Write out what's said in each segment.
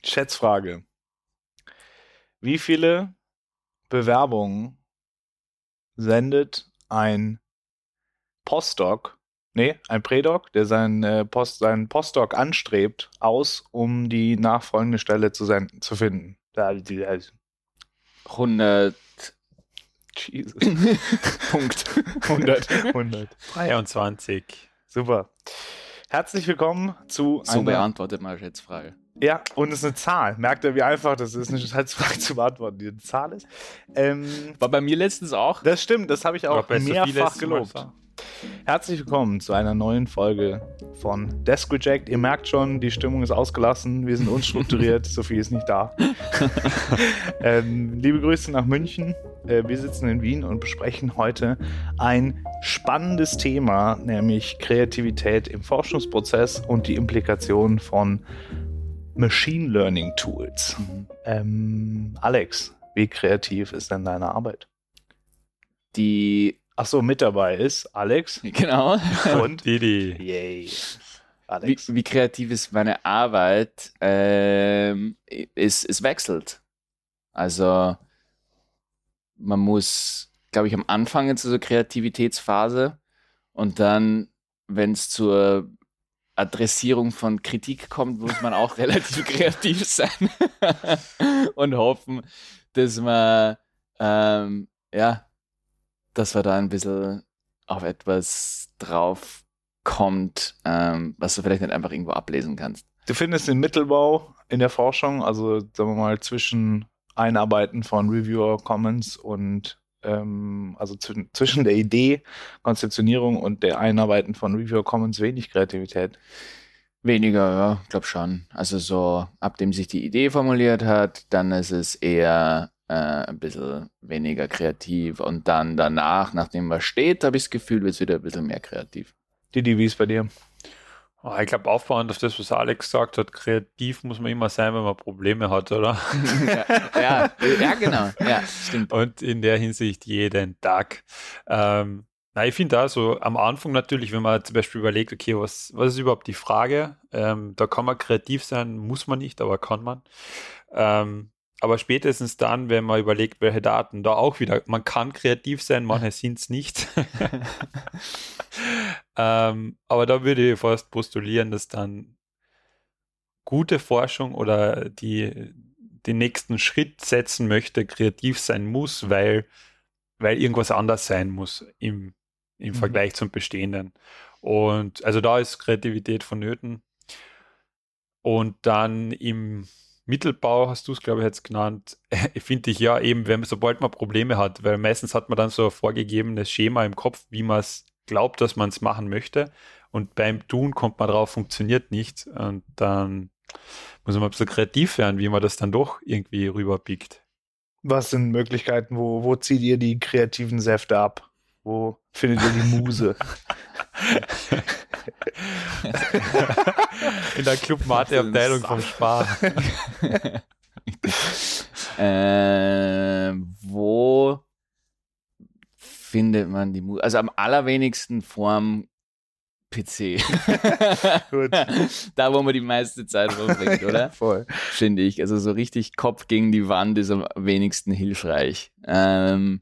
Schätzfrage. Wie viele Bewerbungen sendet ein ein Prädoc, der seinen Postdoc anstrebt, aus, um die nachfolgende Stelle zu finden? 100 Jesus. Punkt. 100. 23. Super. Herzlich willkommen zu So beantwortet mal Schätzfrage. Ja, und es ist eine Zahl. Merkt ihr, wie einfach das ist, eine Schätzfrage zu beantworten, die eine Zahl ist? War bei mir letztens auch. Das stimmt, das habe ich auch bei Sophie mehrfach letztes Mal gelobt. so. Herzlich willkommen zu einer neuen Folge von Desk Reject. Ihr merkt schon, die Stimmung ist ausgelassen, wir sind unstrukturiert, Sophie ist nicht da. Liebe Grüße nach München. Wir sitzen in Wien und besprechen heute ein spannendes Thema, nämlich Kreativität im Forschungsprozess und die Implikationen von Machine Learning Tools. Alex, wie kreativ ist denn deine Arbeit? Mit dabei ist Alex. Genau. Und Didi. Yay. Alex. Wie kreativ ist meine Arbeit? Es wechselt. Also man muss, glaube ich, am Anfang in so einer Kreativitätsphase und dann, wenn es zur Adressierung von Kritik kommt, muss man auch relativ kreativ sein und hoffen, dass man dass man da ein bisschen auf etwas drauf kommt, was du vielleicht nicht einfach irgendwo ablesen kannst. Du findest den Mittelbau in der Forschung, also sagen wir mal zwischen Einarbeiten von Reviewer Commons und also zwischen der Idee, Konzeptionierung und der Einarbeiten von Reviewer Commons wenig Kreativität. Weniger, ja, ich glaube schon. Also so, ab dem sich die Idee formuliert hat, dann ist es eher ein bisschen weniger kreativ und dann danach, nachdem was steht, habe ich das Gefühl, wird es wieder ein bisschen mehr kreativ. Didi, wie ist bei dir? Ich glaube, aufbauend auf das, was Alex gesagt hat, kreativ muss man immer sein, wenn man Probleme hat, oder? ja, genau. Ja, stimmt. Und in der Hinsicht jeden Tag. Ich finde da so am Anfang natürlich, wenn man zum Beispiel überlegt, okay, was ist überhaupt die Frage? Da kann man kreativ sein, muss man nicht, aber kann man. Aber spätestens dann, wenn man überlegt, welche Daten, da auch wieder, man kann kreativ sein, manche sind es nicht. Aber da würde ich fast postulieren, dass dann gute Forschung oder die den nächsten Schritt setzen möchte, kreativ sein muss, weil irgendwas anders sein muss im Vergleich zum Bestehenden. Und also da ist Kreativität vonnöten. Und dann im Mittelbau, hast du es, glaube ich, jetzt genannt, finde ich ja eben, sobald man Probleme hat, weil meistens hat man dann so ein vorgegebenes Schema im Kopf, wie man es glaubt, dass man es machen möchte. Und beim Tun kommt man drauf, funktioniert nicht. Und dann muss man ein bisschen kreativ werden, wie man das dann doch irgendwie rüberbiegt. Was sind Möglichkeiten, wo zieht ihr die kreativen Säfte ab? Wo findet ihr die Muse? In der Club Mate Abteilung vom Spar. Wo findet man die Muse? Also am allerwenigsten vorm PC. Gut. Da, wo man die meiste Zeit verbringt, oder? Voll. Finde ich. Also so richtig Kopf gegen die Wand ist am wenigsten hilfreich. Am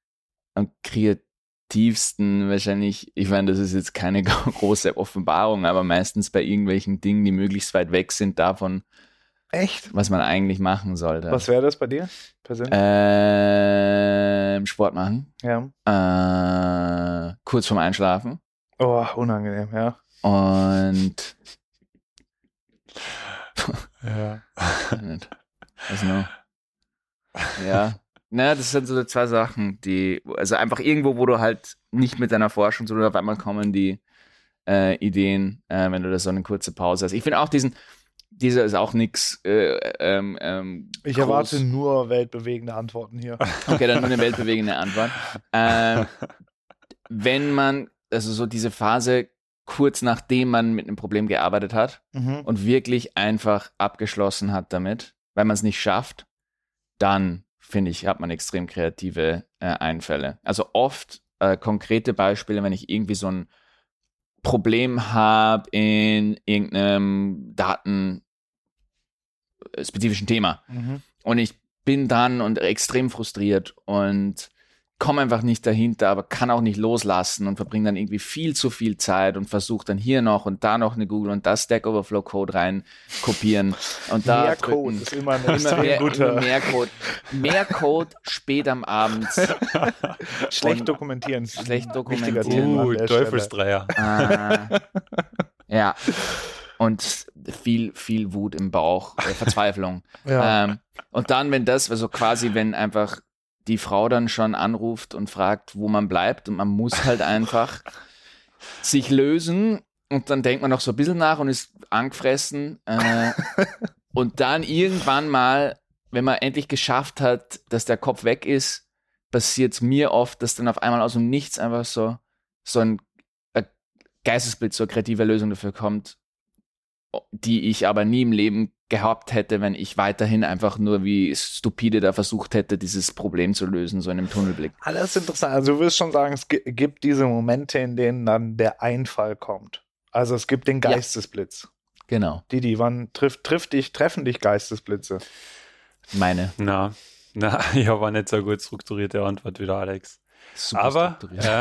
kreativsten wahrscheinlich, ich meine, das ist jetzt keine große Offenbarung, aber meistens bei irgendwelchen Dingen, die möglichst weit weg sind davon, echt, was man eigentlich machen sollte. Was wäre das bei dir persönlich? Sport machen. Ja. Kurz vorm Einschlafen. Oh, unangenehm, ja. Und ja. Was noch? Ja. Naja, das sind so zwei Sachen, also einfach irgendwo, wo du halt nicht mit deiner Forschung, sondern auf einmal kommen die Ideen, wenn du da so eine kurze Pause hast. Ich finde auch dieser ist auch nix. Ich erwarte nur weltbewegende Antworten hier. Okay, dann nur eine weltbewegende Antwort. Wenn man, also so diese Phase kurz nachdem man mit einem Problem gearbeitet hat und wirklich einfach abgeschlossen hat damit, weil man es nicht schafft, dann finde ich, hat man extrem kreative Einfälle. Also oft konkrete Beispiele, wenn ich irgendwie so ein Problem habe in irgendeinem spezifischen Thema. Mhm. Und ich bin dran und extrem frustriert und komme einfach nicht dahinter, aber kann auch nicht loslassen und verbringe dann irgendwie viel zu viel Zeit und versuche dann hier noch und da noch eine Google und da Stack Overflow Code rein kopieren und da Mehr drücken. Code ist immer ein Immer extrem guter. mehr Code. Mehr Code spät am Abend. Schlecht Und dokumentieren. schlecht Wichtiger dokumentieren. Thema an der Teufelsdreier. Ja. Und viel Wut im Bauch, Verzweiflung. Ja. Und dann, wenn einfach die Frau dann schon anruft und fragt, wo man bleibt und man muss halt einfach sich lösen und dann denkt man noch so ein bisschen nach und ist angefressen und dann irgendwann mal, wenn man endlich geschafft hat, dass der Kopf weg ist, passiert es mir oft, dass dann auf einmal aus dem Nichts einfach so ein Geistesblitz, so eine kreative Lösung dafür kommt, die ich aber nie im Leben gehabt hätte, wenn ich weiterhin einfach nur wie stupide da versucht hätte, dieses Problem zu lösen, so in einem Tunnelblick. Alles interessant. Also du wirst schon sagen, es gibt diese Momente, in denen dann der Einfall kommt. Also es gibt den Geistesblitz. Genau. Wann treffen dich Geistesblitze? Meine. Na, ich habe auch nicht so eine gut strukturierte Antwort wie der Alex. Super Aber,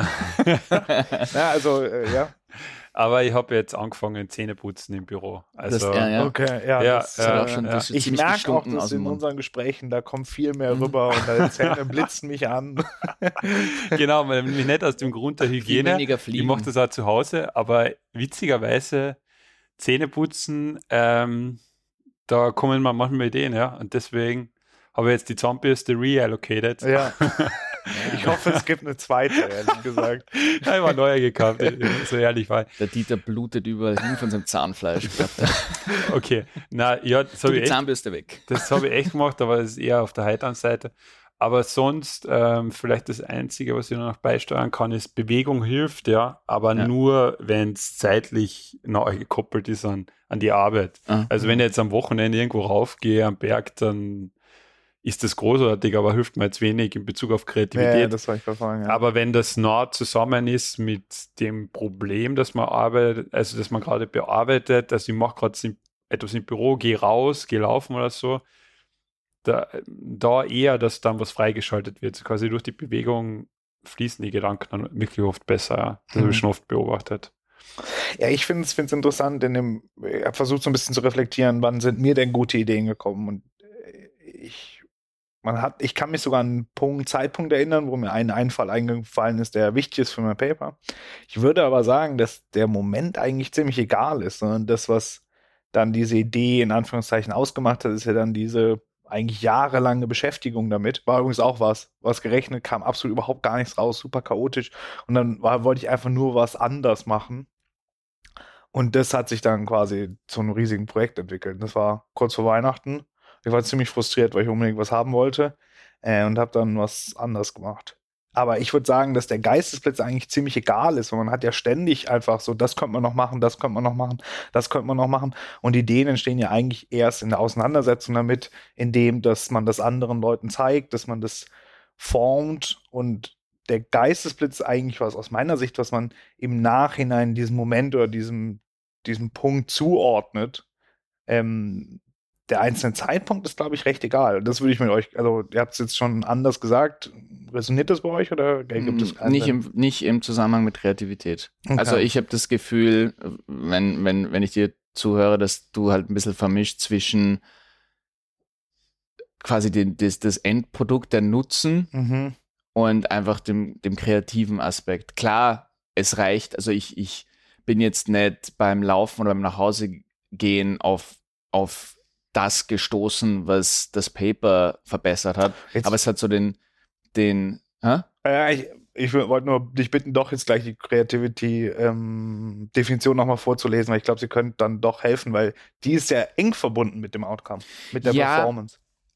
Ja. aber ich habe jetzt angefangen, Zähneputzen im Büro. Also, Okay, ja. das hat auch schon das ich ziemlich merke auch, gestunken aus dass dem in Mund. unseren Gesprächen, da kommt viel mehr rüber und da Zähne blitzen mich an. genau, nämlich nicht aus dem Grund der Viel Hygiene. weniger Ich fliegen. mache das auch zu Hause, aber witzigerweise Zähneputzen, da kommen mir manchmal Ideen, ja. Und deswegen habe ich jetzt die Zahnbürste reallocated. Ja. Ich hoffe, es gibt eine zweite, ehrlich gesagt. Ich habe eine neue gekauft, so ehrlich war ich. Der Dieter blutet überall hin von seinem Zahnfleisch. Okay, na ja, das habe Die ich echt Zahnbürste weg. Das habe ich echt gemacht, aber das ist eher auf der heiteren-Seite. Aber sonst, vielleicht das Einzige, was ich noch beisteuern kann, ist Bewegung hilft, ja, aber nur, wenn es zeitlich nahe gekoppelt ist an die Arbeit. Also wenn ich jetzt am Wochenende irgendwo raufgehe am Berg, dann ist das großartig, aber hilft mir jetzt wenig in Bezug auf Kreativität. Ja, das war ich verfahren, ja. Aber wenn das nah zusammen ist mit dem Problem, das man arbeitet, also das man gerade bearbeitet, also ich mache gerade etwas im Büro, gehe raus, gehe laufen oder so, da eher, dass dann was freigeschaltet wird. Quasi durch die Bewegung fließen die Gedanken dann wirklich oft besser. Ja. Das habe ich schon oft beobachtet. Ja, ich finde es interessant, ich habe versucht so ein bisschen zu reflektieren, wann sind mir denn gute Ideen gekommen und ich kann mich sogar an einen Zeitpunkt erinnern, wo mir ein Einfall eingefallen ist, der wichtig ist für mein Paper. Ich würde aber sagen, dass der Moment eigentlich ziemlich egal ist, sondern das, was dann diese Idee in Anführungszeichen ausgemacht hat, ist ja dann diese eigentlich jahrelange Beschäftigung damit. War übrigens auch was gerechnet, kam absolut überhaupt gar nichts raus, super chaotisch. Und dann wollte ich einfach nur was anders machen. Und das hat sich dann quasi zu einem riesigen Projekt entwickelt. Das war kurz vor Weihnachten. Ich war ziemlich frustriert, weil ich unbedingt was haben wollte und habe dann was anderes gemacht. Aber ich würde sagen, dass der Geistesblitz eigentlich ziemlich egal ist, weil man hat ja ständig einfach so, das könnte man noch machen, das könnte man noch machen, das könnte man noch machen. Und Ideen entstehen ja eigentlich erst in der Auseinandersetzung damit, indem, dass man das anderen Leuten zeigt, dass man das formt. Und der Geistesblitz ist eigentlich was aus meiner Sicht, was man im Nachhinein diesem Moment oder diesem Punkt zuordnet. Der einzelne Zeitpunkt ist, glaube ich, recht egal. Das würde ich mit euch, also ihr habt es jetzt schon anders gesagt. Resoniert das bei euch oder gibt es nicht im Zusammenhang mit Kreativität. Okay. Also ich habe das Gefühl, wenn ich dir zuhöre, dass du halt ein bisschen vermischt zwischen quasi das Endprodukt, der Nutzen und einfach dem kreativen Aspekt. Klar, es reicht, also ich bin jetzt nicht beim Laufen oder beim Nachhausegehen auf das gestoßen, was das Paper verbessert hat. Aber es hat so den ich wollte nur dich bitten, doch jetzt gleich die Creativity-Definition nochmal vorzulesen, weil ich glaube, sie könnte dann doch helfen, weil die ist ja eng verbunden mit dem Outcome, mit der Performance.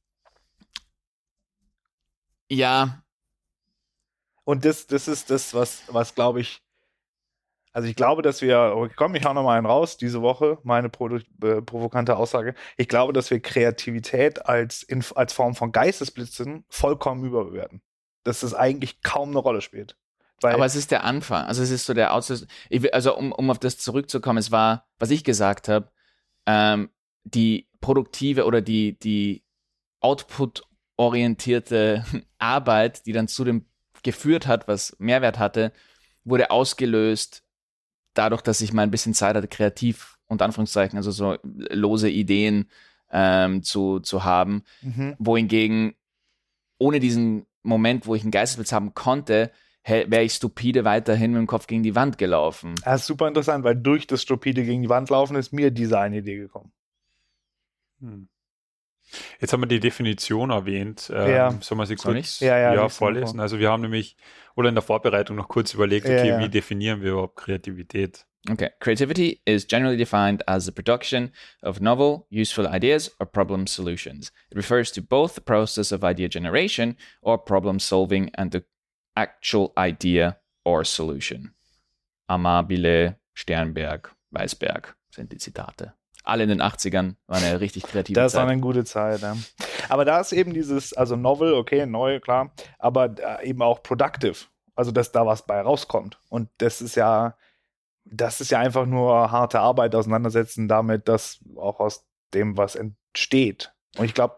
Ja. Und das ist das, was glaube ich, also ich glaube, dass wir, ich hau nochmal einen raus diese Woche, meine provokante Aussage. Ich glaube, dass wir Kreativität als Form von Geistesblitzen vollkommen überbewerten. Dass das eigentlich kaum eine Rolle spielt. Aber es ist der Anfang. Also es ist so der Auslöser. Also um auf das zurückzukommen, es war, was ich gesagt habe, die produktive oder die output-orientierte Arbeit, die dann zu dem geführt hat, was Mehrwert hatte, wurde ausgelöst dadurch, dass ich mal ein bisschen Zeit hatte, kreativ, unter Anführungszeichen, also so lose Ideen zu haben, wohingegen ohne diesen Moment, wo ich einen Geistesblitz haben konnte, wäre ich stupide weiterhin mit dem Kopf gegen die Wand gelaufen. Das ist super interessant, weil durch das stupide gegen die Wand laufen ist mir diese eine Idee gekommen. Jetzt haben wir die Definition erwähnt. Sollen wir sie kurz vorlesen? Also wir haben nämlich, oder in der Vorbereitung noch kurz überlegt, wie definieren wir überhaupt Kreativität? Okay. Creativity is generally defined as the production of novel, useful ideas or problem solutions. It refers to both the process of idea generation or problem solving and the actual idea or solution. Amabile, Sternberg, Weisberg sind die Zitate. Alle in den 80ern war eine richtig kreative Zeit. Das war eine gute Zeit, ja. Aber da ist eben dieses, also novel, okay, neu, klar, aber eben auch productive. Also, dass da was bei rauskommt. Und das ist ja einfach nur harte Arbeit, auseinandersetzen damit, dass auch aus dem was entsteht. Und ich glaube,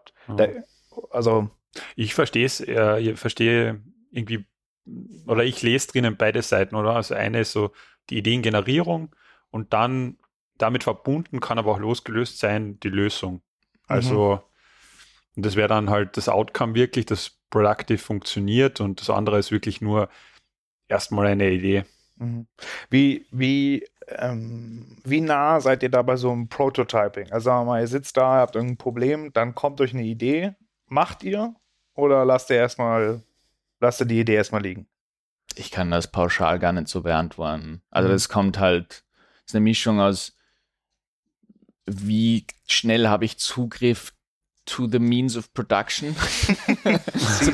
ich verstehe irgendwie, oder ich lese drinnen beide Seiten, oder? Also eine ist so die Ideengenerierung und dann damit verbunden kann aber auch losgelöst sein die Lösung. Also, und das wäre dann halt das Outcome wirklich, das productive funktioniert und das andere ist wirklich nur erstmal eine Idee. Wie nah seid ihr da bei so einem Prototyping? Also sagen wir mal, ihr sitzt da, habt irgendein Problem, dann kommt euch eine Idee, macht ihr oder lasst ihr die Idee erstmal liegen? Ich kann das pauschal gar nicht so beantworten. Also das kommt halt, das ist eine Mischung aus, wie schnell habe ich Zugriff to the means of production. Also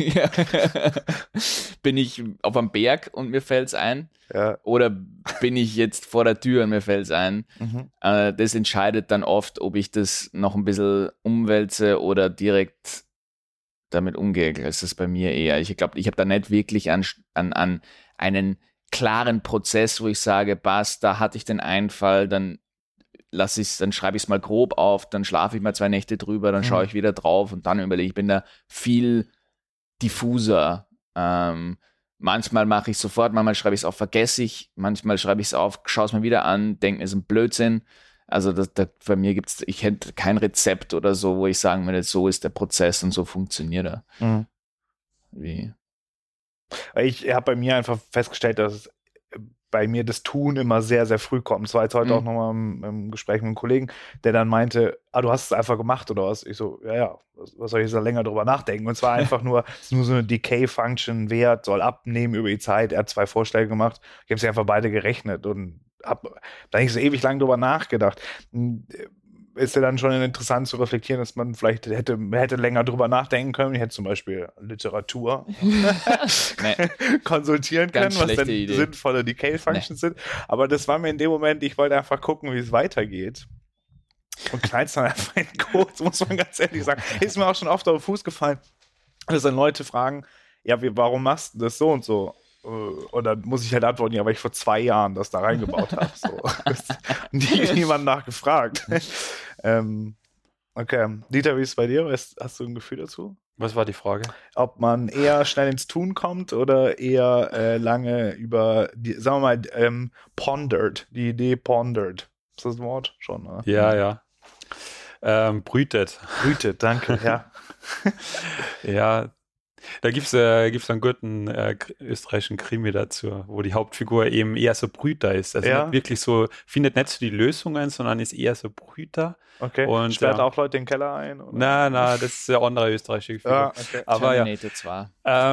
bin ich auf einem Berg und mir fällt es ein? Ja. Oder bin ich jetzt vor der Tür und mir fällt es ein? Das entscheidet dann oft, ob ich das noch ein bisschen umwälze oder direkt damit umgehe. Das ist bei mir eher. Ich glaube, ich habe da nicht wirklich an einen klaren Prozess, wo ich sage, da hatte ich den Einfall, dann schreibe ich es mal grob auf, dann schlafe ich mal 2 Nächte drüber, dann schaue ich wieder drauf und dann überlege ich, bin da viel diffuser. Manchmal mache ich es sofort, manchmal schreibe ich es auf, vergesse ich, manchmal schreibe ich es auf, schaue es mir wieder an, denke mir, es ist ein Blödsinn. Also bei mir ich hätte kein Rezept oder so, wo ich sagen würde, so ist der Prozess und so funktioniert er. Wie? Ich habe bei mir einfach festgestellt, dass bei mir das Tun immer sehr, sehr früh kommt. Das war jetzt heute auch nochmal im Gespräch mit einem Kollegen, der dann meinte, du hast es einfach gemacht oder was? Ich so, ja, was soll ich so länger drüber nachdenken? Und zwar einfach nur so eine Decay-Function, Wert soll abnehmen über die Zeit. Er hat 2 Vorschläge gemacht. Ich habe sie einfach beide gerechnet und habe da nicht so ewig lang drüber nachgedacht. Ist ja dann schon interessant zu reflektieren, dass man vielleicht hätte länger drüber nachdenken können. Ich hätte zum Beispiel Literatur konsultieren können, was denn sinnvolle Decay-Functions sind. Aber das war mir in dem Moment, ich wollte einfach gucken, wie es weitergeht. Und knallst dann einfach in den Code, muss man ganz ehrlich sagen. Ist mir auch schon oft auf den Fuß gefallen, dass dann Leute fragen, ja, warum machst du das so und so? Und dann muss ich halt antworten, ja, weil ich vor 2 Jahren das da reingebaut habe. So. Niemand nachgefragt. Okay. Dieter, wie ist es bei dir? Hast du ein Gefühl dazu? Was war die Frage? Ob man eher schnell ins Tun kommt oder eher lange über, sagen wir mal, pondered, die Idee pondered. Ist das ein Wort? Schon, ne? Ja. Brütet. Brütet, danke, ja. Ja, da gibt's einen guten österreichischen Krimi dazu, wo die Hauptfigur eben eher so Brüter ist. Also nicht wirklich so, findet nicht so die Lösungen, sondern ist eher so Brüter. Okay, und sperrt auch Leute in den Keller ein? Oder? Nein, das ist eine andere österreichische Figur. Ja, okay. Aber Terminator 2.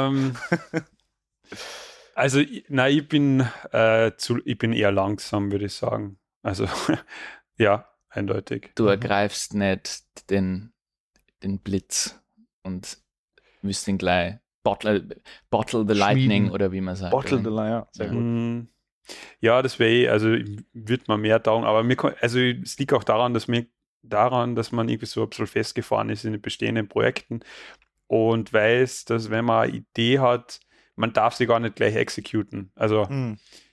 Also, ich bin eher langsam, würde ich sagen. Also, ja, eindeutig. Du ergreifst nicht den Blitz und müsst ihn gleich bottle the lightning oder wie man sagt. Bottle the lightning, sehr gut. Ja, das wäre also wird man mehr taugen, aber es liegt auch daran, dass man irgendwie so ein bisschen festgefahren ist in den bestehenden Projekten und weiß, dass wenn man eine Idee hat, man darf sie gar nicht gleich exekuten. Also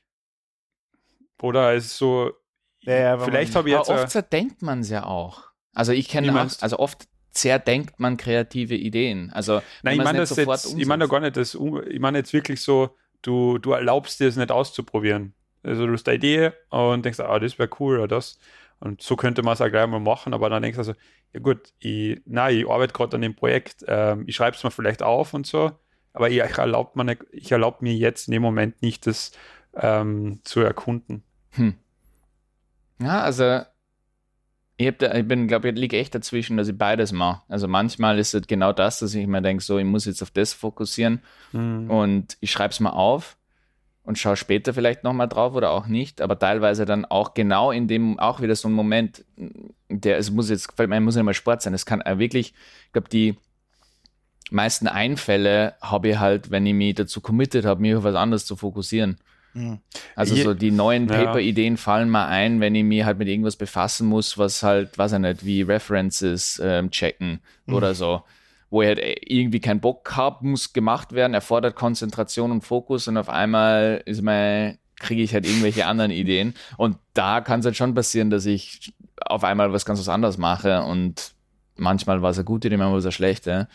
oder es ist so, vielleicht habe ich jetzt... Aber oft zerdenkt man es ja auch. Also ich kenne also oft zerdenkt man kreative Ideen. Also nein, ich meine gar nicht, ich meine jetzt wirklich so, du erlaubst dir es nicht auszuprobieren. Also du hast eine Idee und denkst, das wäre cool oder das. Und so könnte man es auch gleich mal machen, aber dann denkst du also, ja gut, ich arbeite gerade an dem Projekt, ich schreibe es mir vielleicht auf und so, aber ich erlaube mir jetzt in dem Moment nicht, das zu erkunden. Ja, also ich liege echt dazwischen, dass ich beides mache. Also manchmal ist es genau das, dass ich mir denke, so, ich muss jetzt auf das fokussieren und ich schreibe es mal auf und schaue später vielleicht nochmal drauf oder auch nicht, aber teilweise dann auch genau in dem, auch wieder so ein Moment, muss nicht mal Sport sein, es kann wirklich, ich glaube, die meisten Einfälle habe ich halt, wenn ich mich dazu committed habe, mich auf was anderes zu fokussieren. Also so die neuen Paper-Ideen fallen mir ein, wenn ich mich halt mit irgendwas befassen muss, was halt, weiß ich nicht, wie References checken oder so, wo ich halt irgendwie keinen Bock habe, muss gemacht werden, erfordert Konzentration und Fokus und auf einmal kriege ich halt irgendwelche anderen Ideen und da kann es halt schon passieren, dass ich auf einmal was ganz anderes mache und manchmal war es eine gute Idee, manchmal war es eine schlechte.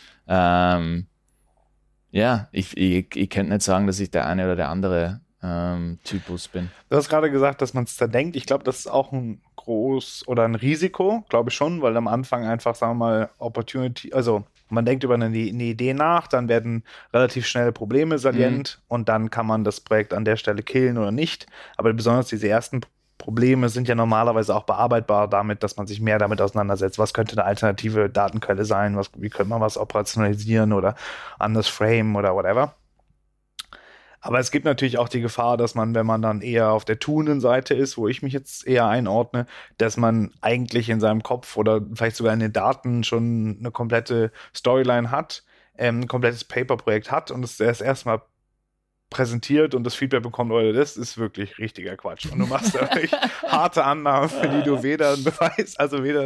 Ich könnte nicht sagen, dass ich der eine oder der andere Typus bin. Du hast gerade gesagt, dass man es zerdenkt. Ich glaube, das ist auch ein ein Risiko, glaube ich schon, weil am Anfang einfach, sagen wir mal, Opportunity, also man denkt über eine Idee nach, dann werden relativ schnell Probleme salient und dann kann man das Projekt an der Stelle killen oder nicht. Aber besonders diese ersten Probleme sind ja normalerweise auch bearbeitbar damit, dass man sich mehr damit auseinandersetzt. Was könnte eine alternative Datenquelle sein? Wie könnte man was operationalisieren oder anders framen oder whatever? Aber es gibt natürlich auch die Gefahr, dass man, wenn man dann eher auf der tuenden Seite ist, wo ich mich jetzt eher einordne, dass man eigentlich in seinem Kopf oder vielleicht sogar in den Daten schon eine komplette Storyline hat, ein komplettes Paper-Projekt hat und es erstmal präsentiert und das Feedback bekommt, Leute, das ist wirklich richtiger Quatsch. Und du machst da wirklich harte Annahmen, für die du weder einen Beweis, also weder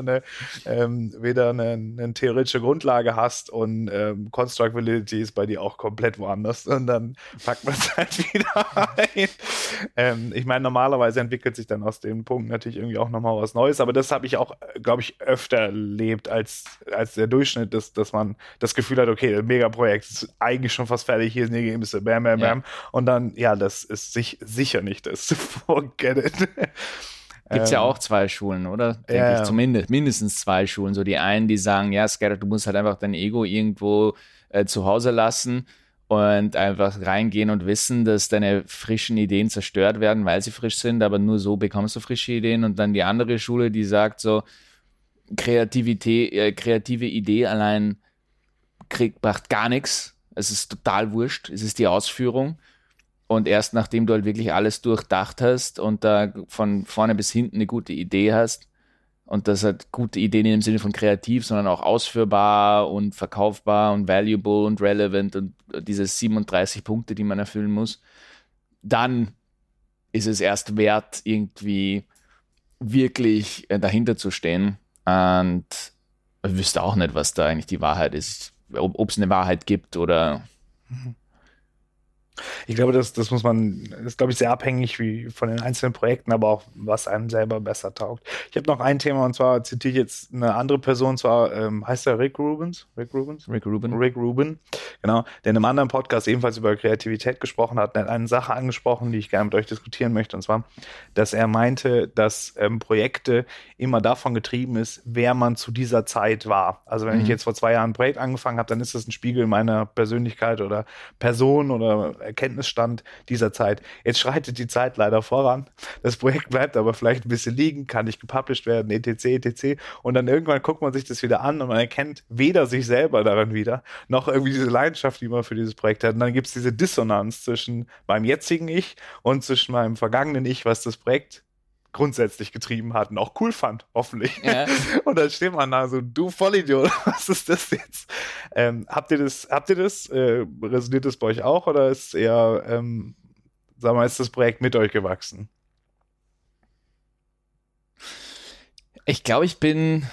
eine theoretische Grundlage hast und Construct Validity ist bei dir auch komplett woanders und dann packt man es halt wieder ein. Ich meine, normalerweise entwickelt sich dann aus dem Punkt natürlich irgendwie auch nochmal was Neues, aber das habe ich auch, glaube ich, öfter erlebt als der Durchschnitt, dass man das Gefühl hat, okay, das Megaprojekt ist eigentlich schon fast fertig, hier sind die Ergebnisse, bam, bam, bam. Und dann, das ist sicher nicht das. Forget it. Gibt es ja auch zwei Schulen, oder? Denke ich, zumindest mindestens zwei Schulen. So die einen, die sagen, ja, Scatter, du musst halt einfach dein Ego irgendwo zu Hause lassen und einfach reingehen und wissen, dass deine frischen Ideen zerstört werden, weil sie frisch sind, aber nur so bekommst du frische Ideen. Und dann die andere Schule, die sagt so, kreative Idee allein bracht gar nichts. Es ist total wurscht. Es ist die Ausführung. Und erst nachdem du halt wirklich alles durchdacht hast und da von vorne bis hinten eine gute Idee hast und das halt gute Ideen im Sinne von kreativ, sondern auch ausführbar und verkaufbar und valuable und relevant und diese 37 Punkte, die man erfüllen muss, dann ist es erst wert, irgendwie wirklich dahinter zu stehen. Und ich wüsste auch nicht, was da eigentlich die Wahrheit ist. Ob es eine Wahrheit gibt oder... Ich glaube, das ist, glaube ich, sehr abhängig wie von den einzelnen Projekten, aber auch, was einem selber besser taugt. Ich habe noch ein Thema und zwar zitiere ich jetzt eine andere Person, und zwar heißt er Rick Rubin, genau, der in einem anderen Podcast ebenfalls über Kreativität gesprochen hat, hat eine Sache angesprochen, die ich gerne mit euch diskutieren möchte, und zwar, dass er meinte, dass Projekte immer davon getrieben ist, wer man zu dieser Zeit war. Also wenn ich jetzt vor 2 Jahren ein Projekt angefangen habe, dann ist das ein Spiegel meiner Persönlichkeit oder Person oder Erkenntnisstand dieser Zeit. Jetzt schreitet die Zeit leider voran. Das Projekt bleibt aber vielleicht ein bisschen liegen, kann nicht gepublished werden, etc. Und dann irgendwann guckt man sich das wieder an und man erkennt weder sich selber darin wieder, noch irgendwie diese Leidenschaft, die man für dieses Projekt hat. Und dann gibt es diese Dissonanz zwischen meinem jetzigen Ich und zwischen meinem vergangenen Ich, was das Projekt grundsätzlich getrieben hat und auch cool fand, hoffentlich. Ja. Und dann steht man da so, du Vollidiot, was ist das jetzt? Habt ihr das, resoniert das bei euch auch oder ist eher, sagen wir mal, ist das Projekt mit euch gewachsen? Ich glaube, ich bin,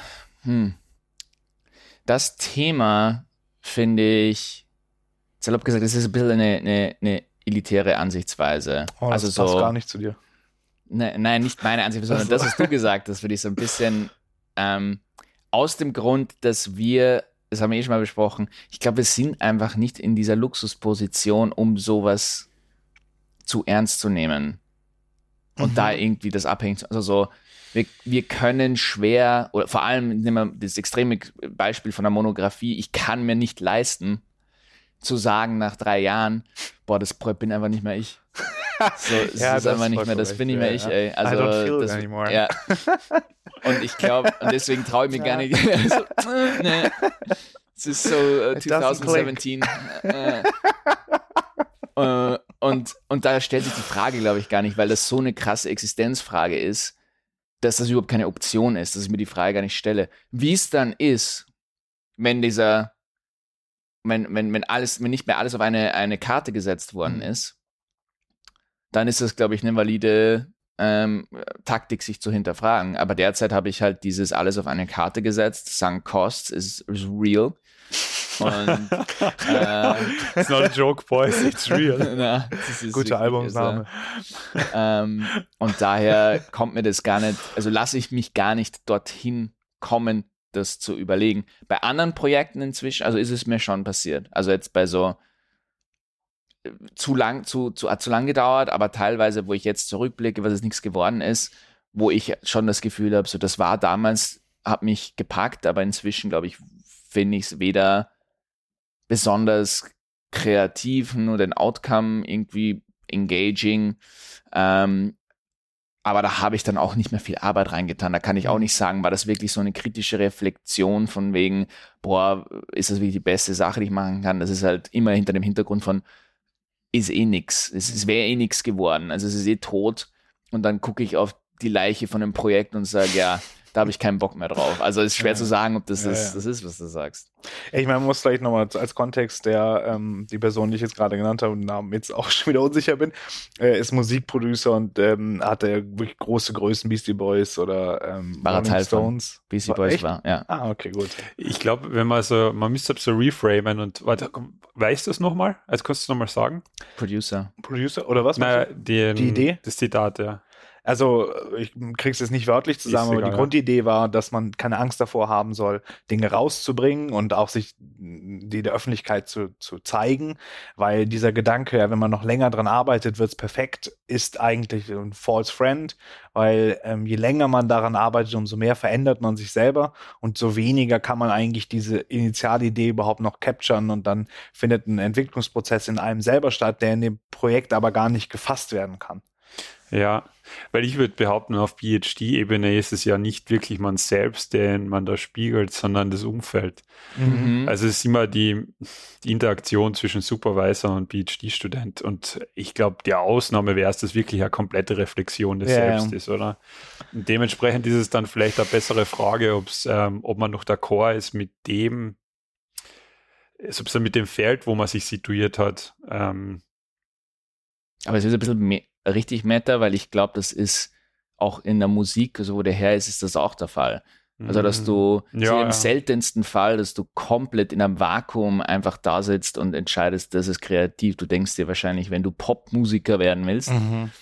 das Thema finde ich, salopp gesagt, das ist ein bisschen eine elitäre Ansichtsweise. Oh, das also passt so, gar nicht zu dir. Nein, nicht meine Ansicht, sondern das, was du gesagt hast, würde ich so ein bisschen aus dem Grund, dass wir, das haben wir schon mal besprochen, ich glaube, wir sind einfach nicht in dieser Luxusposition, um sowas zu ernst zu nehmen. Und da irgendwie das abhängig zu, also so, wir können schwer, oder vor allem, nehmen wir das extreme Beispiel von der Monographie, ich kann mir nicht leisten, zu sagen nach 3 Jahren, boah, das bin einfach nicht mehr ich. So, es ist einfach nicht mehr, das bin nicht mehr ich, ey. Also, I don't feel das, it anymore. ja. Und ich glaube, und deswegen traue ich mir gar nicht. So, nee. Es ist so 2017. Und da stellt sich die Frage, glaube ich, gar nicht, weil das so eine krasse Existenzfrage ist, dass das überhaupt keine Option ist, dass ich mir die Frage gar nicht stelle. Wie es dann ist, wenn nicht mehr alles auf eine Karte gesetzt worden ist, dann ist das, glaube ich, eine valide Taktik, sich zu hinterfragen. Aber derzeit habe ich halt dieses alles auf eine Karte gesetzt. Sunk Costs is real. Und It's not a joke, boys, it's real. Na, das ist Guter Albumname. Und daher kommt mir das gar nicht, also lasse ich mich gar nicht dorthin kommen, das zu überlegen. Bei anderen Projekten inzwischen, also ist es mir schon passiert. Also jetzt bei so zu lang gedauert, aber teilweise, wo ich jetzt zurückblicke, was es nichts geworden ist, wo ich schon das Gefühl habe, so das war damals, hat mich gepackt, aber inzwischen, glaube ich, finde ich es weder besonders kreativ, nur den Outcome irgendwie engaging, aber da habe ich dann auch nicht mehr viel Arbeit reingetan. Da kann ich auch nicht sagen, war das wirklich so eine kritische Reflexion von wegen, boah, ist das wirklich die beste Sache, die ich machen kann? Das ist halt immer hinter dem Hintergrund von, ist eh nix. Es wäre eh nix geworden. Also es ist eh tot. Und dann gucke ich auf die Leiche von einem Projekt und sage, ja, da habe ich keinen Bock mehr drauf. Also es ist schwer zu sagen, ob das ist, was du sagst. Ich meine, man muss vielleicht nochmal als Kontext, die Person, die ich jetzt gerade genannt habe, und Namen jetzt auch schon wieder unsicher bin, ist Musikproducer und hatte wirklich große Größen, Beastie Boys oder Rolling Stones. Beastie Boys echt? war, ja. Ah, okay, gut. Ich glaube, man müsste es so reframen und warte, weißt du es nochmal? Also kannst du es nochmal sagen? Producer oder was? Naja, die Idee? Das Zitat, ja. Also, ich krieg's jetzt nicht wörtlich zusammen, aber die Grundidee war, dass man keine Angst davor haben soll, Dinge rauszubringen und auch sich die der Öffentlichkeit zu zeigen, weil dieser Gedanke, ja, wenn man noch länger dran arbeitet, wird's perfekt, ist eigentlich ein false friend, weil je länger man daran arbeitet, umso mehr verändert man sich selber und so weniger kann man eigentlich diese Initialidee überhaupt noch capturen und dann findet ein Entwicklungsprozess in einem selber statt, der in dem Projekt aber gar nicht gefasst werden kann. Ja, weil ich würde behaupten, auf PhD-Ebene ist es ja nicht wirklich man selbst, den man da spiegelt, sondern das Umfeld. Mhm. Also es ist immer die Interaktion zwischen Supervisor und PhD-Student und ich glaube, die Ausnahme wäre es, dass wirklich eine komplette Reflexion des Selbst ist, oder? Und dementsprechend ist es dann vielleicht eine bessere Frage, ob man noch d'accord ist mit dem, mit dem Feld, wo man sich situiert hat. Aber es ist ein bisschen richtig Meta, weil ich glaube, das ist auch in der Musik, also wo der Herr ist das auch der Fall. Also, dass du im seltensten Fall, dass du komplett in einem Vakuum einfach da sitzt und entscheidest, das ist kreativ. Du denkst dir wahrscheinlich, wenn du Popmusiker werden willst,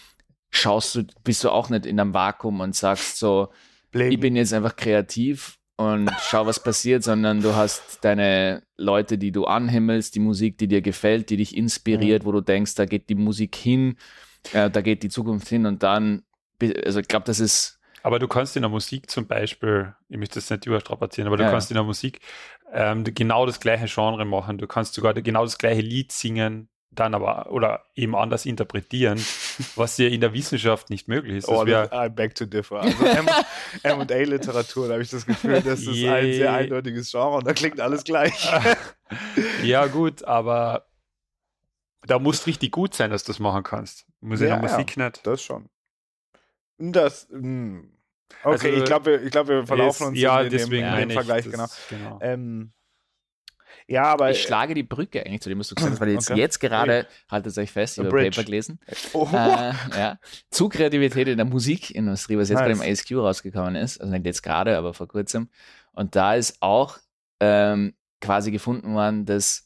bist du auch nicht in einem Vakuum und sagst so, ich bin jetzt einfach kreativ und schau, was passiert, sondern du hast deine Leute, die du anhimmelst, die Musik, die dir gefällt, die dich inspiriert, wo du denkst, da geht die Musik hin, da geht die Zukunft hin und dann, also ich glaube, das ist... Aber du kannst in der Musik zum Beispiel, ich möchte das nicht überstrapazieren, aber du kannst in der Musik genau das gleiche Genre machen, du kannst sogar genau das gleiche Lied singen, dann aber, oder eben anders interpretieren, was ja in der Wissenschaft nicht möglich ist. I beg to differ. Also M&A-Literatur, da habe ich das Gefühl, das ist ein sehr eindeutiges Genre und da klingt alles gleich. Ja gut, aber da musst richtig gut sein, dass du das machen kannst. Muss in der Musik nicht. Das schon. Okay, also, ich glaube, wir verlaufen uns in dem Vergleich, genau. Ja, aber ich schlage die Brücke eigentlich zu dem, was du gesagt hast, weil jetzt gerade, haltet euch fest, ich habe Paper gelesen, zu Kreativität in der Musikindustrie, was jetzt gerade im ASQ rausgekommen ist, also nicht jetzt gerade, aber vor kurzem. Und da ist auch quasi gefunden worden, dass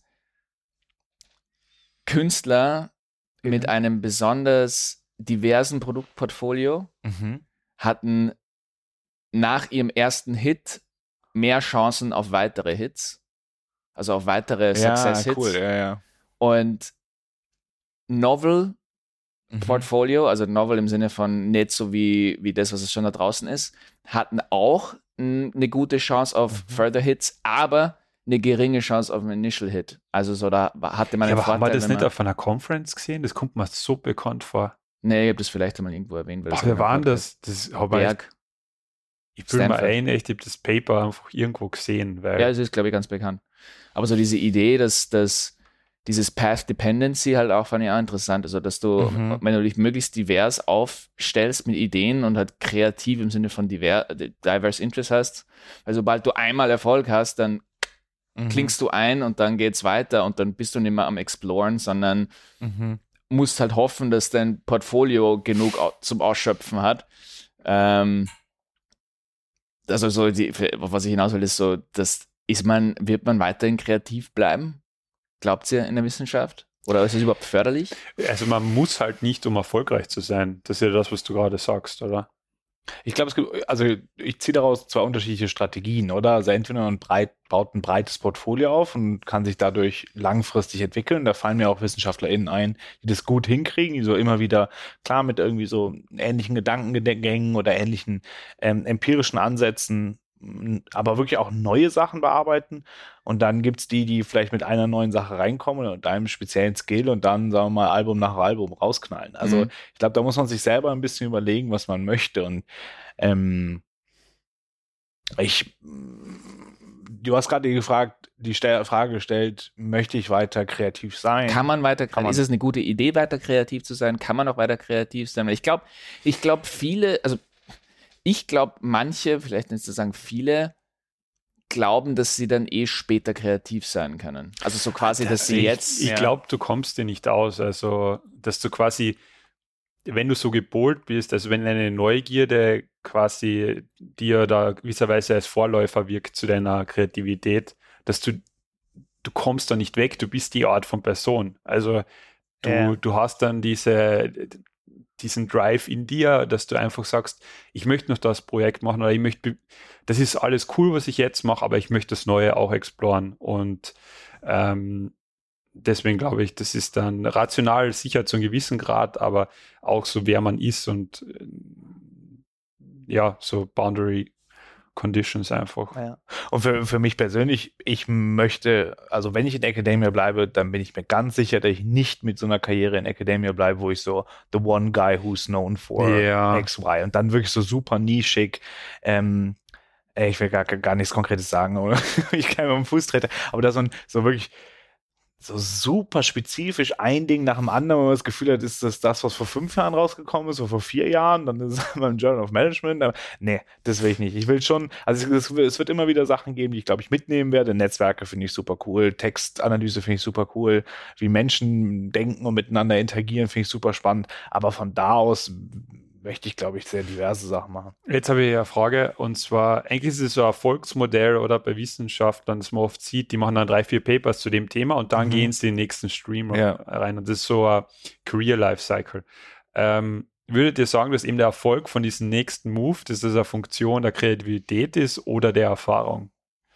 Künstler mit einem besonders diversen Produktportfolio hatten nach ihrem ersten Hit mehr Chancen auf weitere Hits, also auf weitere Success-Hits. Cool, ja. Und Novel Portfolio, also Novel im Sinne von nicht so wie das, was es schon da draußen ist, hatten auch eine gute Chance auf Further Hits, aber eine geringe Chance auf einen Initial Hit. Also so, da hatte man Ja, den aber haben wir Vorteil, das wenn nicht auf einer Conference gesehen? Das kommt mir so bekannt vor. Nee, ich habe das vielleicht einmal irgendwo erwähnt. Boah, wer war denn das? Das habe ich fühle mal ein, echt, ich habe das Paper einfach irgendwo gesehen. Weil ja, es ist, glaube ich, ganz bekannt. Aber so diese Idee, dass dieses Path Dependency halt auch fand ich auch interessant. Also, dass du, wenn du dich möglichst divers aufstellst mit Ideen und halt kreativ im Sinne von diverse Interest hast, weil sobald du einmal Erfolg hast, dann klingst du ein und dann geht's weiter und dann bist du nicht mehr am Exploren, sondern musst halt hoffen, dass dein Portfolio genug zum Ausschöpfen hat. Also so, was ich hinaus will, ist so, wird man weiterhin kreativ bleiben? Glaubt ihr in der Wissenschaft? Oder ist es überhaupt förderlich? Also man muss halt nicht, um erfolgreich zu sein. Das ist ja das, was du gerade sagst, oder? Ich glaube, ich ziehe daraus zwei unterschiedliche Strategien, oder? Also entweder man baut ein breites Portfolio auf und kann sich dadurch langfristig entwickeln. Da fallen mir auch WissenschaftlerInnen ein, die das gut hinkriegen, die so immer wieder, klar, mit irgendwie so ähnlichen Gedankengängen oder ähnlichen empirischen Ansätzen, aber wirklich auch neue Sachen bearbeiten. Und dann gibt's die vielleicht mit einer neuen Sache reinkommen und einem speziellen Skill und dann, sagen wir mal, Album nach Album rausknallen. Also ich glaube, da muss man sich selber ein bisschen überlegen, was man möchte. Und du hast gerade die Frage gestellt, möchte ich weiter kreativ sein? Kann man weiter kreativ sein? Ist es eine gute Idee, weiter kreativ zu sein? Kann man auch weiter kreativ sein? Ich glaube, manche, vielleicht nicht zu sagen viele, glauben, dass sie dann später kreativ sein können. Also so quasi, dass sie jetzt... Ich glaube, du kommst dir nicht aus. Also, dass du quasi, wenn du so gepolt bist, also wenn eine Neugierde quasi dir da gewisserweise als Vorläufer wirkt zu deiner Kreativität, dass du kommst da nicht weg, du bist die Art von Person. Also du hast dann diesen Drive in dir, dass du einfach sagst, ich möchte noch das Projekt machen oder das ist alles cool, was ich jetzt mache, aber ich möchte das Neue auch exploren und deswegen glaube ich, das ist dann rational sicher zu einem gewissen Grad, aber auch so, wer man ist und so Boundary Conditions einfach. Ja. Und für mich persönlich, ich möchte, also wenn ich in Academia bleibe, dann bin ich mir ganz sicher, dass ich nicht mit so einer Karriere in Academia bleibe, wo ich so the one guy who's known for X, Y und dann wirklich so super nischig, ich will gar nichts Konkretes sagen, oder ich kann mir am Fuß treten, aber da so wirklich so super spezifisch ein Ding nach dem anderen, wenn man das Gefühl hat, ist das, was vor 5 Jahren rausgekommen ist, oder vor 4 Jahren, dann ist es beim Journal of Management, aber nee, das will ich nicht. Ich will schon, also es wird immer wieder Sachen geben, die ich, glaube ich, mitnehmen werde. Netzwerke finde ich super cool, Textanalyse finde ich super cool, wie Menschen denken und miteinander interagieren, finde ich super spannend, aber von da aus möchte ich, glaube ich, sehr diverse Sachen machen. Jetzt habe ich eine Frage, und zwar, eigentlich ist es so ein Erfolgsmodell oder bei Wissenschaftlern, das man oft sieht, die machen dann 3-4 Papers zu dem Thema und dann gehen sie in den nächsten Stream rein und das ist so ein Career Life Cycle. Würdet ihr sagen, dass eben der Erfolg von diesem nächsten Move, dass das eine Funktion der Kreativität ist oder der Erfahrung?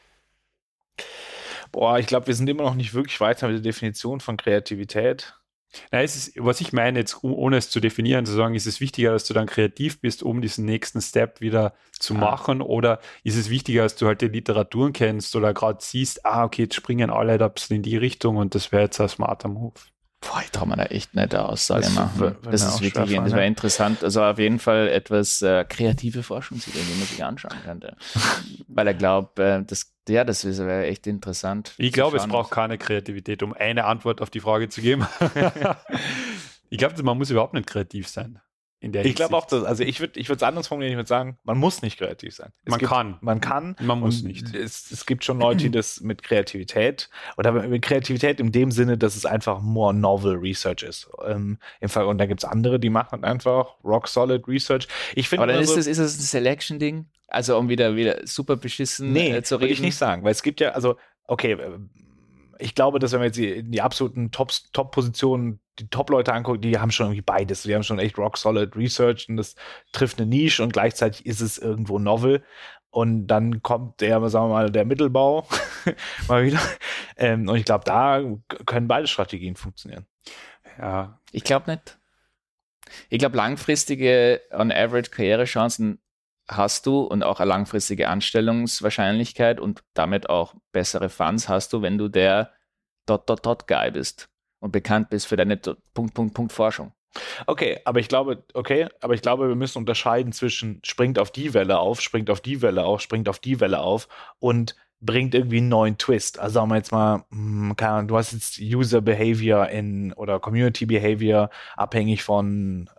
Boah, ich glaube, wir sind immer noch nicht wirklich weiter mit der Definition von Kreativität. Na, was ich meine, jetzt ohne es zu definieren, zu sagen, ist es wichtiger, dass du dann kreativ bist, um diesen nächsten Step wieder zu machen, oder ist es wichtiger, dass du halt die Literaturen kennst oder gerade siehst, okay, jetzt springen alle da ein bisschen in die Richtung und das wäre jetzt ein smarter Move? Boah, ich traue mir da echt nicht eine Aussage machen. Das ist wirklich, das wäre interessant. Also auf jeden Fall etwas kreative Forschungsideen, die man sich anschauen könnte. Weil ich glaube, das wäre echt interessant. Ich glaube, es braucht keine Kreativität, um eine Antwort auf die Frage zu geben. Ich glaube, man muss überhaupt nicht kreativ sein. Ich glaube auch, ich würde es anders formulieren, ich würde sagen, man muss nicht kreativ sein. Man kann. Man muss nicht. Es gibt schon Leute, die das mit Kreativität oder mit Kreativität in dem Sinne, dass es einfach more novel Research ist. Und da gibt es andere, die machen einfach rock solid Research. Aber dann ist das ein Selection-Ding? Also um wieder super beschissen zu reden? Würde ich nicht sagen, weil es gibt ja, also okay, ich glaube, dass wenn wir jetzt die absoluten Top-Positionen, die Top-Leute angucken, die haben schon irgendwie beides. Die haben schon echt rock-solid Research und das trifft eine Nische und gleichzeitig ist es irgendwo novel. Und dann kommt der, sagen wir mal, der Mittelbau mal wieder. Und ich glaube, da können beide Strategien funktionieren. Ja. Ich glaube nicht. Ich glaube, langfristige on-average Karrierechancen hast du und auch eine langfristige Anstellungswahrscheinlichkeit und damit auch bessere Funds hast du, wenn du der Guy bist und bekannt bist für deine Forschung. Okay, aber ich glaube, wir müssen unterscheiden zwischen springt auf die Welle auf, springt auf die Welle auf, springt auf die Welle auf und bringt irgendwie einen neuen Twist. Also sagen wir jetzt mal, keine Ahnung, du hast jetzt User Behavior oder Community Behavior abhängig von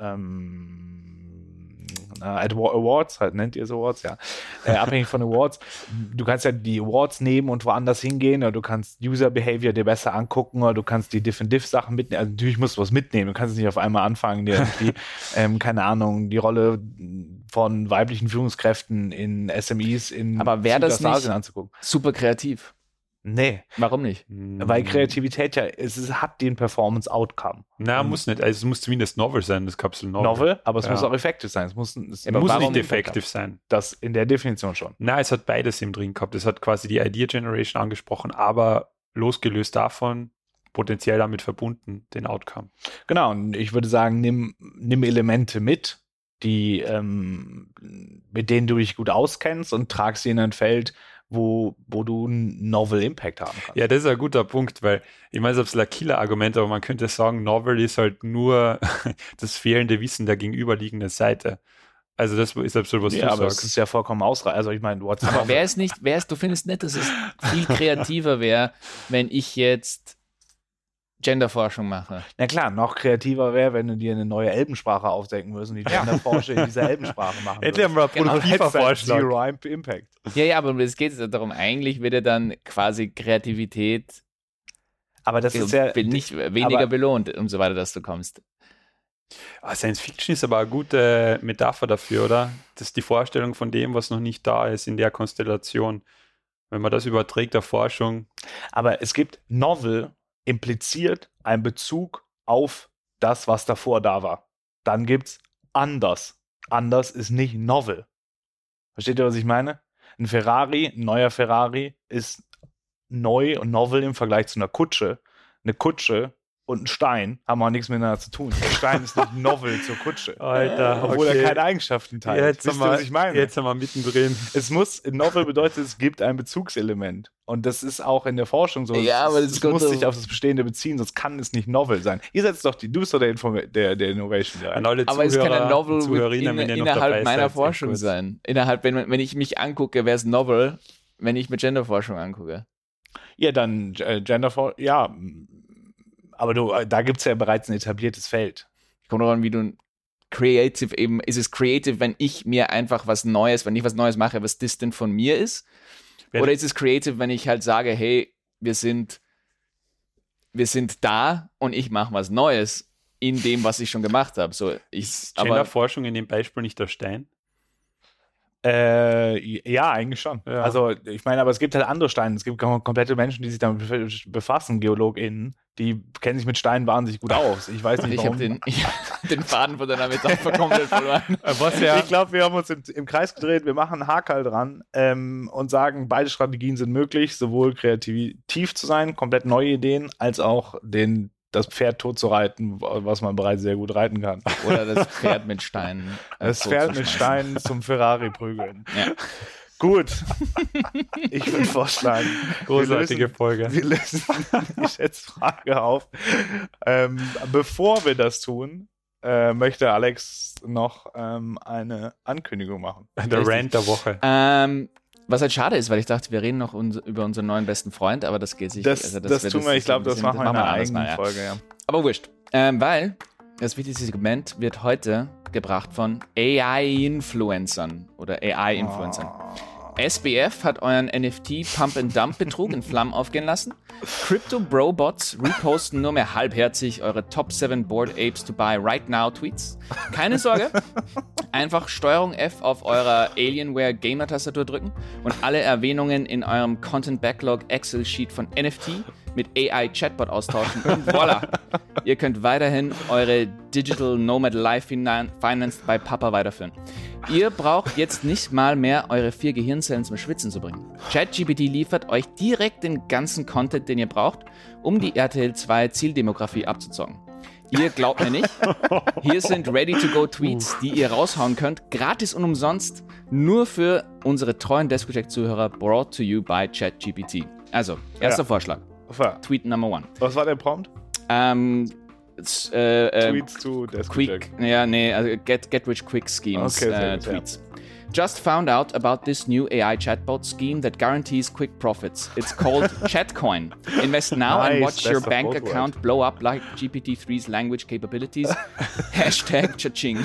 Awards, halt nennt ihr es Awards, ja. Abhängig von Awards. Du kannst ja die Awards nehmen und woanders hingehen, oder du kannst User Behavior dir besser angucken, oder du kannst die Diff-and-Diff-Sachen mitnehmen. Also natürlich musst du was mitnehmen. Du kannst es nicht auf einmal anfangen, dir irgendwie, keine Ahnung, die Rolle von weiblichen Führungskräften in SMEs in Südostasien anzugucken. Super kreativ. Nee. Warum nicht? Weil Kreativität ja, es hat den Performance-Outcome. Na, muss nicht. Also es muss zumindest Novel sein, das Kapsel-Novel. Novel, aber es muss auch effektiv sein. Es muss nicht effektiv sein. Das in der Definition schon. Na, es hat beides im drin gehabt. Es hat quasi die Idea Generation angesprochen, aber losgelöst davon, potenziell damit verbunden, den Outcome. Genau, und ich würde sagen, nimm Elemente mit, die, mit denen du dich gut auskennst und trag sie in ein Feld, wo du einen Novel Impact haben kannst. Ja, das ist ein guter Punkt, weil ich weiß, ob es ein Killer-Argument, aber man könnte sagen, Novel ist halt nur das fehlende Wissen der gegenüberliegenden Seite. Also das ist absolut, was du aber sagst. Es ist ja vollkommen ausreichend. Also ich meine, aber du findest nicht, dass es viel kreativer wäre, wenn ich jetzt Genderforschung mache. Na klar, noch kreativer wäre, wenn du dir eine neue Elbensprache aufdenken würdest und die Genderforscher in dieser Elbensprache machen würdest. Endlich haben wir einen produktiver Vorschlag. Zero Impact. Ja, aber es geht darum, eigentlich wird ja dann quasi Kreativität aber das ist ja nicht weniger belohnt und so weiter, dass du kommst. Science Fiction ist aber eine gute Metapher dafür, oder? Das ist die Vorstellung von dem, was noch nicht da ist in der Konstellation. Wenn man das überträgt auf Forschung. Aber es gibt Novel impliziert einen Bezug auf das, was davor da war. Dann gibt's anders. Anders ist nicht Novel. Versteht ihr, was ich meine? Ein neuer Ferrari ist neu und Novel im Vergleich zu einer Kutsche. Eine Kutsche und ein Stein haben auch nichts miteinander zu tun. Der Stein ist nicht Novel zur Kutsche. Obwohl er keine Eigenschaften teilt. Jetzt sind wir mittendrin. Novel bedeutet, es gibt ein Bezugselement. Und das ist auch in der Forschung so. Ja, aber es muss sich auf das Bestehende beziehen, sonst kann es nicht Novel sein. Du bist doch der Innovation Guy. Aber es kann ein Novel innerhalb meiner Forschung sein. Wenn ich mich angucke, wäre es Novel, wenn ich mir Genderforschung angucke. Ja, dann Genderforschung, ja. Aber da gibt es ja bereits ein etabliertes Feld. Kommt auch an, wie du creative eben, ist es creative, wenn ich mir einfach wenn ich was Neues mache, was distant von mir ist? Oder ist es creative, wenn ich halt sage, hey, wir sind da und ich mache was Neues in dem, was ich schon gemacht habe. Ist Genderforschung in dem Beispiel nicht der Stein? Ja, eigentlich schon. Ja. Also, ich meine, aber es gibt halt andere Steine. Es gibt komplette Menschen, die sich damit befassen, GeologInnen, die kennen sich mit Steinen wahnsinnig gut aus. Ich weiß nicht, warum. Ich habe den Faden von deiner Metapher komplett verloren. Ich glaube, wir haben uns im Kreis gedreht. Wir machen einen Hakel dran und sagen, beide Strategien sind möglich, sowohl kreativ zu sein, komplett neue Ideen, als auch das Pferd tot zu reiten, was man bereits sehr gut reiten kann. Oder das Pferd mit Steinen. Das Pferd mit Steinen zum Ferrari prügeln. Ja. Gut. Ich würde vorschlagen, großartige Folge. Wir lösen die Schätzfrage auf. Bevor wir das tun, möchte Alex noch eine Ankündigung machen. Der Rant der Woche. Was halt schade ist, weil ich dachte, wir reden noch über unseren neuen besten Freund, aber das geht sich nicht. Das tun wir, ich glaube, das machen wir in einer eigenen Folge. Ja. Aber wurscht. Weil das wichtigste Segment wird heute gebracht von AI-Influencern oder AI-Influencern. SBF hat euren NFT Pump and Dump Betrug in Flammen aufgehen lassen. Crypto-Bro-Bots reposten nur mehr halbherzig eure Top 7 Bored Apes to buy right now Tweets. Keine Sorge, einfach Steuerung F auf eurer Alienware-Gamer-Tastatur drücken und alle Erwähnungen in eurem Content-Backlog Excel-Sheet von NFT mit AI-Chatbot austauschen und voilà, ihr könnt weiterhin eure Digital Nomad Life financed by Papa weiterführen. Ihr braucht jetzt nicht mal mehr eure 4 Gehirnzellen zum Schwitzen zu bringen. ChatGPT liefert euch direkt den ganzen Content, den ihr braucht, um die RTL 2 Zieldemografie abzuzocken. Ihr glaubt mir nicht? Hier sind Ready-to-Go-Tweets, die ihr raushauen könnt, gratis und umsonst, nur für unsere treuen Desk-Project-Zuhörer, brought to you by ChatGPT. Also, erster Vorschlag. Tweet Number 1. Was war der Prompt? Tweets to Desk quick, also get rich quick schemes, Okay, tweets. Just found out about this new AI chatbot scheme that guarantees quick profits. It's called Chatcoin. Invest now and watch your bank account blow up like GPT-3's language capabilities. Hashtag cha-ching.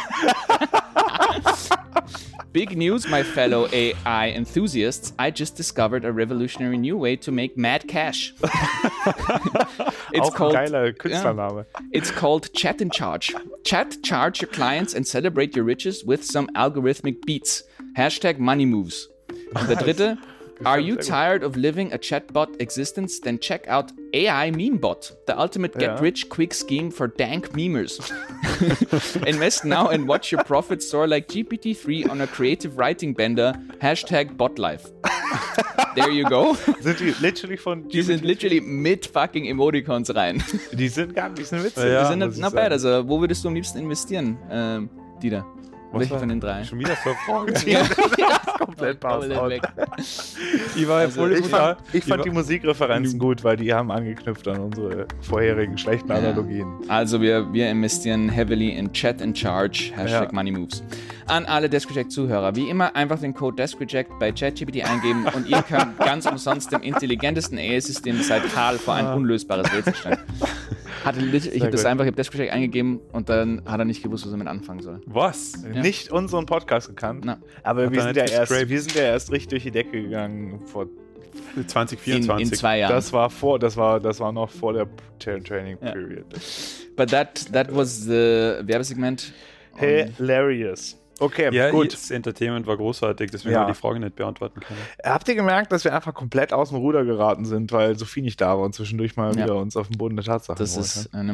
Big news, my fellow AI enthusiasts. I just discovered a revolutionary new way to make mad cash. It's auch ein geiler Künstlername. Yeah, it's called Chat in Charge. Chat, charge your clients and celebrate your riches with some algorithmic beats. Hashtag money moves. Und der dritte, are you tired of living a chatbot existence? Then check out AI Memebot, the ultimate get-rich-quick scheme for dank memers. Invest now and watch your profits soar like GPT-3 on a creative writing bender. Hashtag botlife. There you go. Sind die literally von Die sind literally mit fucking Emoticons rein. Die sind witzig. Die sind not bad. Also, wo würdest du am liebsten investieren, Dieter? Welche von den 3? Schon wieder so Frage. Komplett weg. Ich war voll ich fand die Musikreferenzen gut, weil die haben angeknüpft an unsere vorherigen schlechten Analogien. Also wir investieren heavily in Chat in Charge, Hashtag Money Moves. An alle Desk-Reject-Zuhörer, wie immer einfach den Code Desk-Reject bei ChatGPT eingeben und ihr könnt ganz umsonst dem intelligentesten AI-System seit Karl vor ein unlösbares Rätsel stellen. Ich habe Desk-Reject eingegeben und dann hat er nicht gewusst, was er damit anfangen soll. Was? Ja. Nicht unseren Podcast gekannt, aber wir sind ja erst richtig durch die Decke gegangen vor 2024. In 2 Jahren. Das war noch vor der Training Period. But that was the Werbesegment. Hilarious. Okay, ja, gut. Das Entertainment war großartig, deswegen wir die Frage nicht beantworten können. Habt ihr gemerkt, dass wir einfach komplett aus dem Ruder geraten sind, weil Sophie nicht da war und zwischendurch mal wieder uns auf den Boden der Tatsachen Das ist eine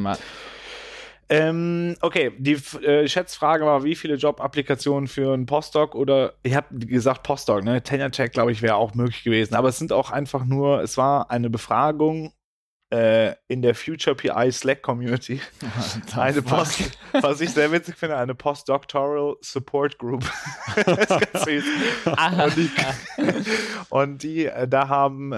okay, die Schätzfrage war, wie viele Jobapplikationen für einen Postdoc oder, ich habe gesagt Postdoc, ne? Tenure Track, glaube ich, wäre auch möglich gewesen, aber es sind auch einfach nur, es war eine Befragung in der Future PI Slack Community. Was ich sehr witzig finde, eine Postdoctoral Support Group. Das ist ganz süß. Und da haben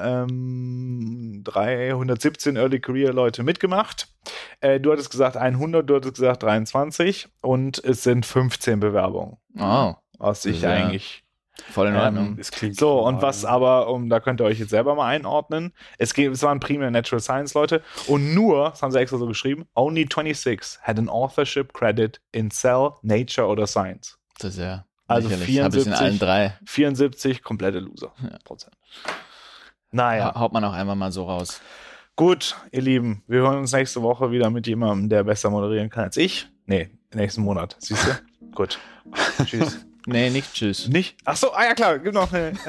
317 Early Career Leute mitgemacht. Du hattest gesagt 100, du hattest gesagt 23 und es sind 15 Bewerbungen. Oh. Was ich eigentlich voll in Ordnung. Das klingt so, und was aber, da könnt ihr euch jetzt selber mal einordnen, es waren primär Natural Science Leute und nur, das haben sie extra so geschrieben, only 26 had an authorship credit in Cell, Nature oder Science. Das ist ja also 74, 74 komplette Loser. Ja. Naja. Haut man auch einfach mal so raus. Gut, ihr Lieben, wir hören uns nächste Woche wieder mit jemandem, der besser moderieren kann als ich. Nee, nächsten Monat. Siehst du? Gut. Tschüss. Nee, nicht tschüss. Nicht? Achso, ja klar, gibt noch eine.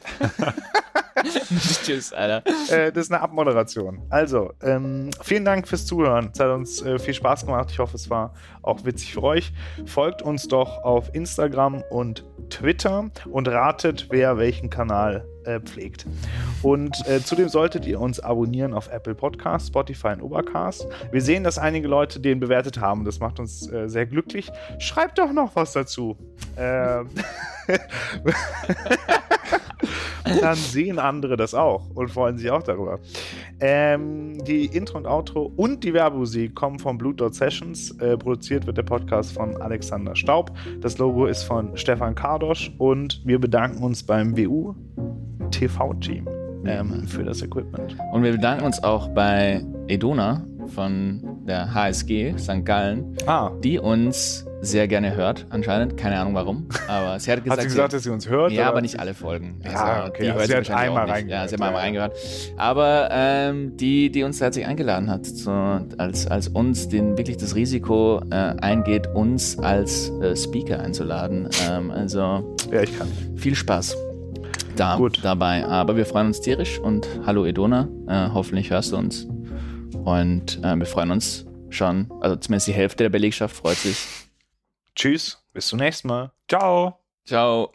Nicht tschüss, Alter. Das ist eine Abmoderation. Also, vielen Dank fürs Zuhören. Es hat uns viel Spaß gemacht. Ich hoffe, es war auch witzig für euch. Folgt uns doch auf Instagram und Twitter und ratet, wer welchen Kanal pflegt. Und zudem solltet ihr uns abonnieren auf Apple Podcasts, Spotify und Overcast. Wir sehen, dass einige Leute den bewertet haben. Das macht uns sehr glücklich. Schreibt doch noch was dazu. Dann sehen andere das auch und freuen sich auch darüber. Die Intro und Outro und die Werbemusik kommen von Blue Dot Sessions. Produziert wird der Podcast von Alexander Staub. Das Logo ist von Stefan Kardosch und wir bedanken uns beim WU TV-Team für das Equipment. Und wir bedanken uns auch bei Edona von der HSG St. Gallen, die uns sehr gerne hört, anscheinend. Keine Ahnung warum. Aber sie hat gesagt, Hat sie gesagt, dass sie uns hört? ja, oder? aber nicht alle Folgen. Ja, okay. Die Also hört sie hat wahrscheinlich einmal auch nicht. reingehört. Ja, sie hat einmal reingehört. Aber die uns herzlich eingeladen hat, als uns wirklich das Risiko eingeht, uns als Speaker einzuladen. Also Ja, ich kann. viel Spaß Gut. dabei. Aber wir freuen uns tierisch und hallo Edona, hoffentlich hörst du uns. Und wir freuen uns schon, also zumindest die Hälfte der Belegschaft freut sich. Tschüss, bis zum nächsten Mal. Ciao. Ciao.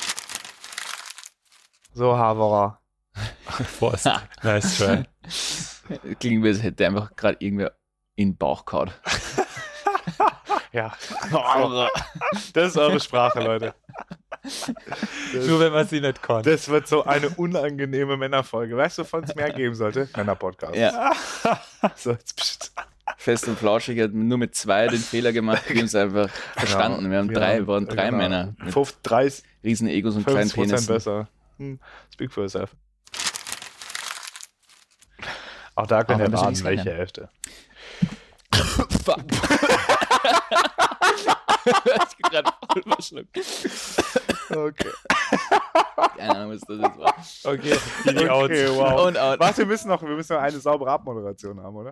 So, Haverer. Forst. Nice try. Klingt wie, als hätte einfach gerade irgendwer in den Bauch gehauen. Ja. Das ist eure Sprache, Leute. Nur wenn man sie nicht kann. Das wird so eine unangenehme Männerfolge. Weißt du, wovon es mehr geben sollte? Männerpodcast. Ja. So, jetzt pst. Fest und flauschig hat nur mit 2 den Fehler gemacht, wir haben es einfach verstanden. Wir waren drei genau. Männer mit 30, riesen Egos und kleinen 50% Penissen. besser. Speak for yourself. Auch da könnt Aber ihr müssen wir raten, nichts welche lernen. Hälfte. Fuck. Ich bin gerade voll verschluckt. Okay. Keine Ahnung, was das jetzt war. Okay, die Out. Okay, wow. Und out. Warte, wir müssen noch eine saubere Abmoderation haben, oder?